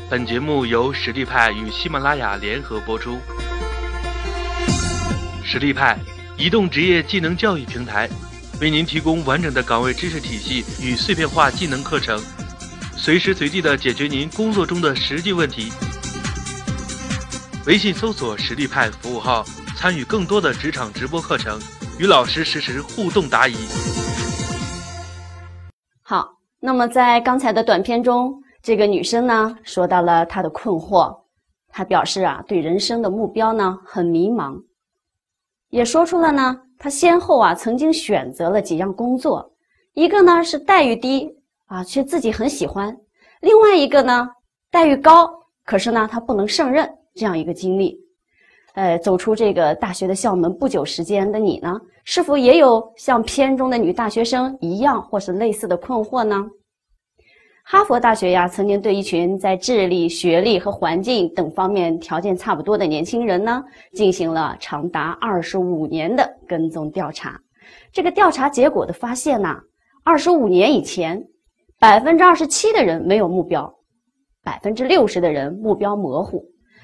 本节目由实力派与喜马拉雅联合播出。实力派移动职业技能教育平台，为您提供完整的岗位知识体系与碎片化技能课程，随时随地的解决您工作中的实际问题。微信搜索实力派服务号，参与更多的职场直播课程，与老师实时互动答疑。 好，那么在刚才的短片中，这个女生呢说到了她的困惑，她表示对人生的目标呢很迷茫，也说出了呢她先后曾经选择了几样工作，一个呢是待遇低却自己很喜欢，另外一个呢待遇高，可是呢她不能胜任这样一个经历。走出这个大学的校门不久时间的你呢，是否也有像片中的女大学生一样或是类似的困惑呢？哈佛大学曾经对一群在智力、学历和环境等方面条件差不多的年轻人呢，进行了长达25年的跟踪调查。这个调查结果的发现25年以前，27%的人没有目标，60%的人目标模糊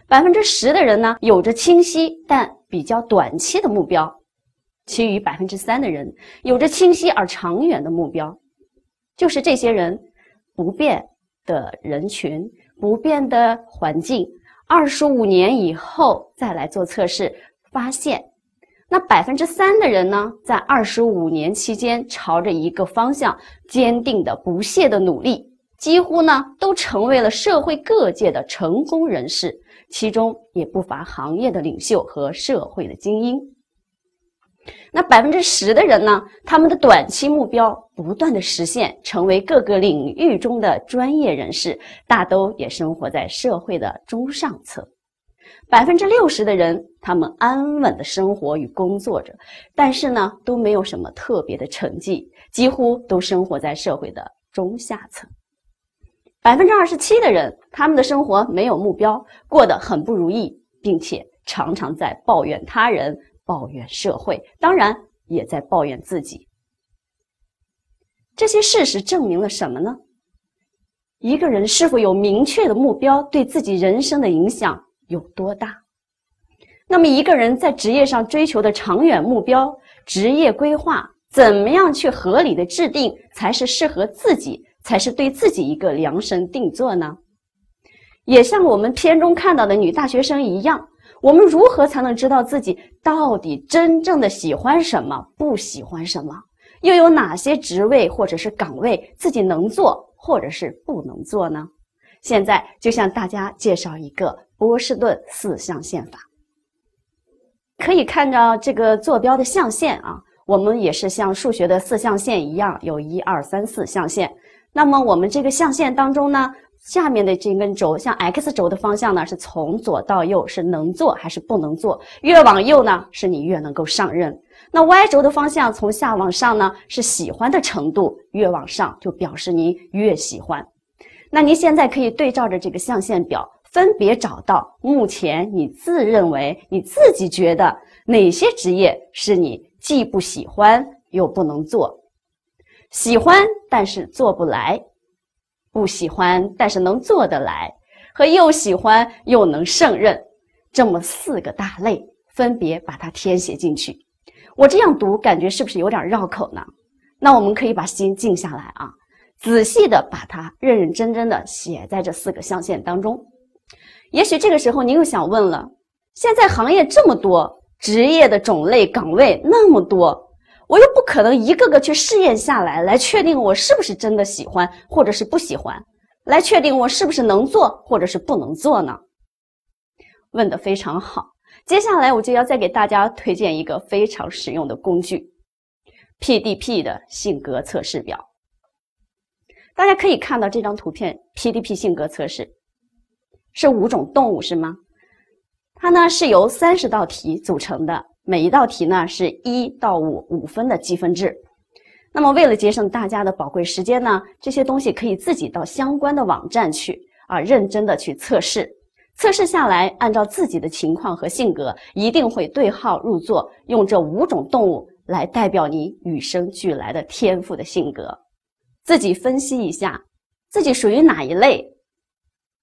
，10%的人呢有着清晰但比较短期的目标，其余3%的人有着清晰而长远的目标。就是这些人，不变的人群，不变的环境，25年以后再来做测试，发现那3%的人呢，在25年期间朝着一个方向坚定的不懈的努力，几乎呢都成为了社会各界的成功人士，其中也不乏行业的领袖和社会的精英。那10%的人呢，他们的短期目标不断的实现，成为各个领域中的专业人士，大都也生活在社会的中上层。60%的人，他们安稳的生活与工作着，但是呢都没有什么特别的成绩，几乎都生活在社会的中下层。27%的人，他们的生活没有目标，过得很不如意，并且常常在抱怨他人，抱怨社会，当然也在抱怨自己。这些事实证明了什么呢？一个人是否有明确的目标，对自己人生的影响有多大？那么一个人在职业上追求的长远目标、职业规划，怎么样去合理的制定，才是适合自己，才是对自己一个量身定做呢？也像我们片中看到的女大学生一样，我们如何才能知道自己到底真正的喜欢什么，不喜欢什么？又有哪些职位或者是岗位自己能做或者是不能做呢？现在就向大家介绍一个波士顿4象限法。可以看到这个坐标的象限我们也是像数学的4象限一样，有1、2、3、4象限。那么我们这个象限当中呢，下面的这根轴，像 X 轴的方向呢，是从左到右，是能做还是不能做？越往右呢，是你越能够上任。那 Y 轴的方向从下往上呢，是喜欢的程度，越往上就表示你越喜欢。那您现在可以对照着这个象限表，分别找到目前你自认为你自己觉得哪些职业是你既不喜欢又不能做，喜欢但是做不来，不喜欢但是能做得来，和又喜欢又能胜任，这么4个大类，分别把它填写进去。我这样读感觉是不是有点绕口呢？那我们可以把心静下来仔细的把它认认真真的写在这4个象限当中。也许这个时候您又想问了，现在行业这么多，职业的种类岗位那么多，我又不可能一个个去试验下来确定我是不是真的喜欢或者是不喜欢，来确定我是不是能做或者是不能做呢？问得非常好。接下来我就要再给大家推荐一个非常实用的工具， PDP 的性格测试表。大家可以看到这张图片， PDP 性格测试是5种动物是吗？它呢是由30道题组成的，每一道题呢是1到5分的积分制。那么为了节省大家的宝贵时间呢，这些东西可以自己到相关的网站去认真的去测试。测试下来，按照自己的情况和性格，一定会对号入座，用这5种动物来代表你与生俱来的天赋的性格。自己分析一下，自己属于哪一类，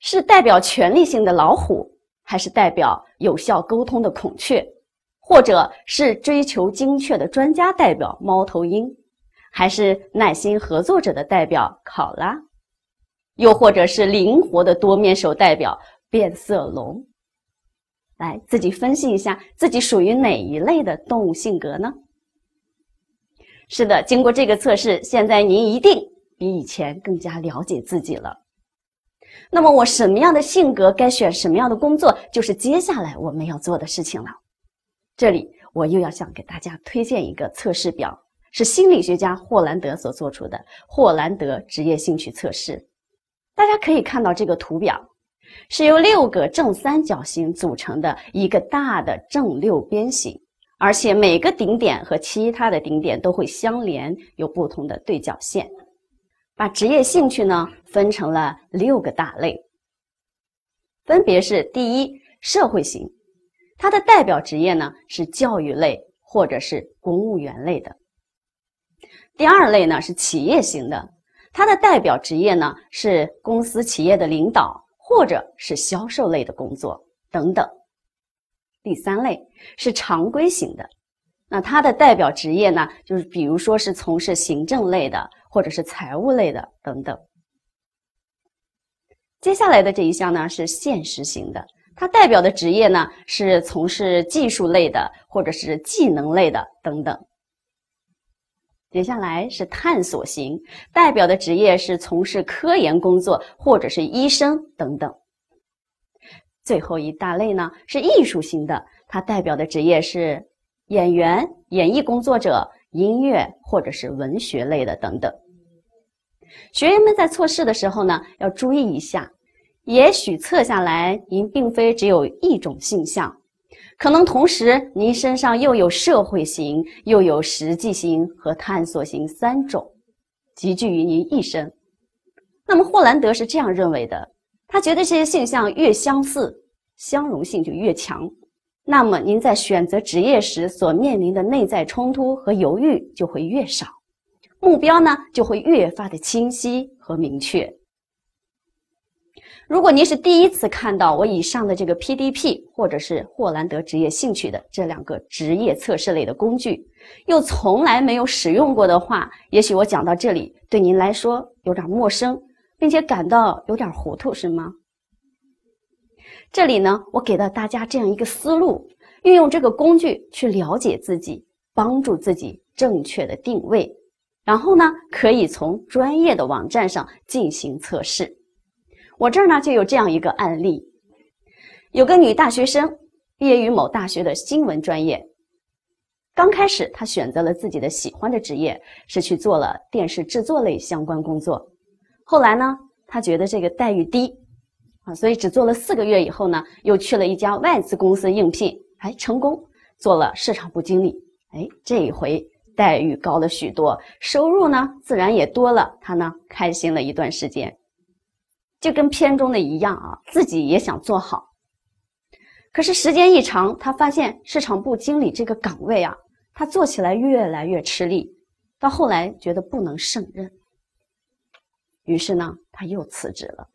是代表权力性的老虎，还是代表有效沟通的孔雀，或者是追求精确的专家代表猫头鹰，还是耐心合作者的代表考拉，又或者是灵活的多面手代表变色龙？来，自己分析一下自己属于哪一类的动物性格呢？是的，经过这个测试，现在您一定比以前更加了解自己了。那么我什么样的性格该选什么样的工作，就是接下来我们要做的事情了。这里我又要想给大家推荐一个测试表，是心理学家霍兰德所做出的霍兰德职业兴趣测试。大家可以看到这个图表，是由6个正三角形组成的一个大的正六边形，而且每个顶点和其他的顶点都会相连，有不同的对角线。把职业兴趣呢分成了6个大类，分别是：第一，社会型，它的代表职业呢是教育类或者是公务员类的；第二类呢是企业型的，它的代表职业呢是公司企业的领导或者是销售类的工作等等；第三类是常规型的，那它的代表职业呢就是比如说是从事行政类的或者是财务类的等等。接下来的这一项呢是现实型的，它代表的职业呢是从事技术类的或者是技能类的等等。接下来是探索型，代表的职业是从事科研工作或者是医生等等。最后一大类呢是艺术型的，它代表的职业是演员、演艺工作者、音乐或者是文学类的等等。学员们在测试的时候呢，要注意一下，也许测下来您并非只有一种性向，可能同时您身上又有社会型、又有实际型和探索型3种，集聚于您一身。那么霍兰德是这样认为的，他觉得这些性向越相似，相容性就越强，那么您在选择职业时所面临的内在冲突和犹豫就会越少，目标呢就会越发的清晰和明确。如果您是第一次看到我以上的这个 PDP 或者是霍兰德职业兴趣的这2个职业测试类的工具，又从来没有使用过的话，也许我讲到这里对您来说有点陌生，并且感到有点糊涂，是吗？这里呢，我给到大家这样一个思路，运用这个工具去了解自己，帮助自己正确的定位，然后呢，可以从专业的网站上进行测试。我这儿呢就有这样一个案例，有个女大学生毕业于某大学的新闻专业，刚开始她选择了自己的喜欢的职业，是去做了电视制作类相关工作。后来呢，她觉得这个待遇低所以只做了4个月以后呢，又去了一家外资公司应聘，成功做了市场部经理。这一回待遇高了许多，收入呢自然也多了，她呢开心了一段时间。就跟片中的一样自己也想做好。可是时间一长，她发现市场部经理这个岗位她做起来越来越吃力，到后来觉得不能胜任，于是呢，她又辞职了。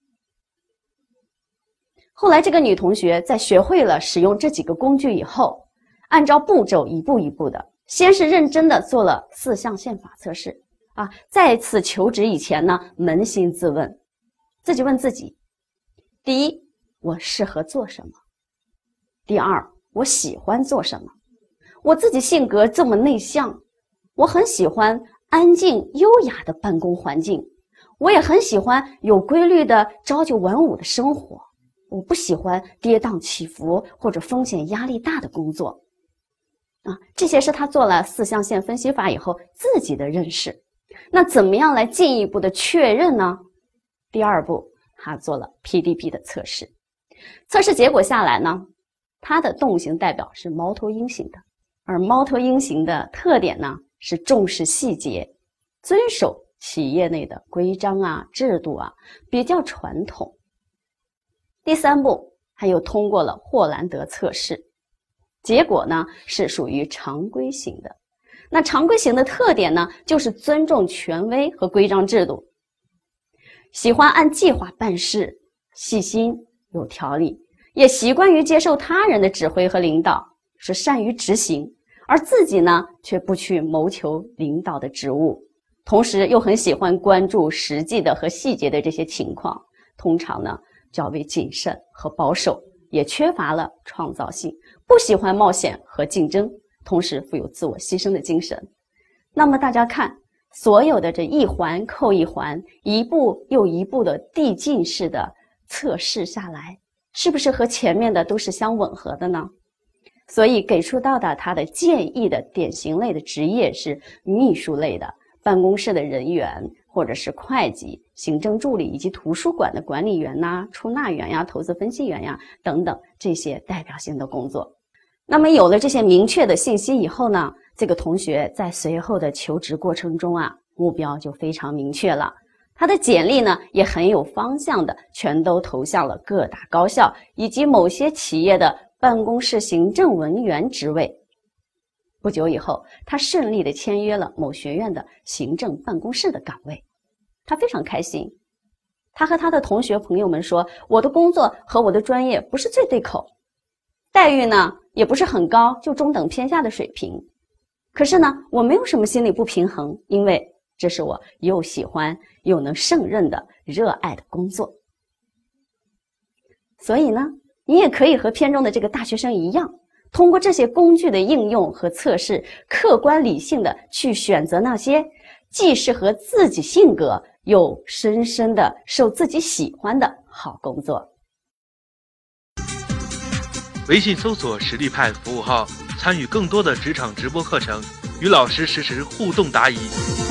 后来这个女同学在学会了使用这几个工具以后，按照步骤一步一步的，先是认真的做了4象限法测试再次求职以前呢，扪心自问，自己问自己：第一，我适合做什么？第二，我喜欢做什么？我自己性格这么内向，我很喜欢安静优雅的办公环境，我也很喜欢有规律的朝9晚5的生活，我不喜欢跌宕起伏或者风险压力大的工作这些是他做了4象限分析法以后自己的认识。那怎么样来进一步的确认呢？第2步，他做了 PDP 的测试。测试结果下来呢，他的动物型代表是猫头鹰型的，而猫头鹰型的特点呢是重视细节，遵守企业内的规章制度比较传统。第3步，他又通过了霍兰德测试，结果呢是属于常规型的。那常规型的特点呢，就是尊重权威和规章制度，喜欢按计划办事， 细心有条理，也习惯于接受他人的指挥和领导，是善于执行，而自己呢却不去谋求领导的职务，同时又很喜欢关注实际的和细节的这些情况，通常呢较为谨慎和保守，也缺乏了创造性，不喜欢冒险和竞争，同时富有自我牺牲的精神。那么大家看，所有的这一环扣一环，一步又一步的递进式的测试下来，是不是和前面的都是相吻合的呢？所以给出到的他的建议的典型类的职业是秘书类的、办公室的人员，或者是会计、行政助理以及图书馆的管理员呐、出纳员呀、投资分析员呀等等这些代表性的工作。那么有了这些明确的信息以后呢，这个同学在随后的求职过程中啊，目标就非常明确了。他的简历呢也很有方向的，全都投向了各大高校以及某些企业的办公室行政文员职位。不久以后，他顺利的签约了某学院的行政办公室的岗位，他非常开心。他和他的同学朋友们说，我的工作和我的专业不是最对口，待遇呢也不是很高，就中等偏下的水平。可是呢，我没有什么心理不平衡，因为这是我又喜欢又能胜任的热爱的工作。所以呢，你也可以和片中的这个大学生一样，通过这些工具的应用和测试，客观理性的去选择那些既适合自己性格又深深的受自己喜欢的好工作。 微信搜索实力派服务号，参与更多的职场直播课程，与老师实时互动答疑。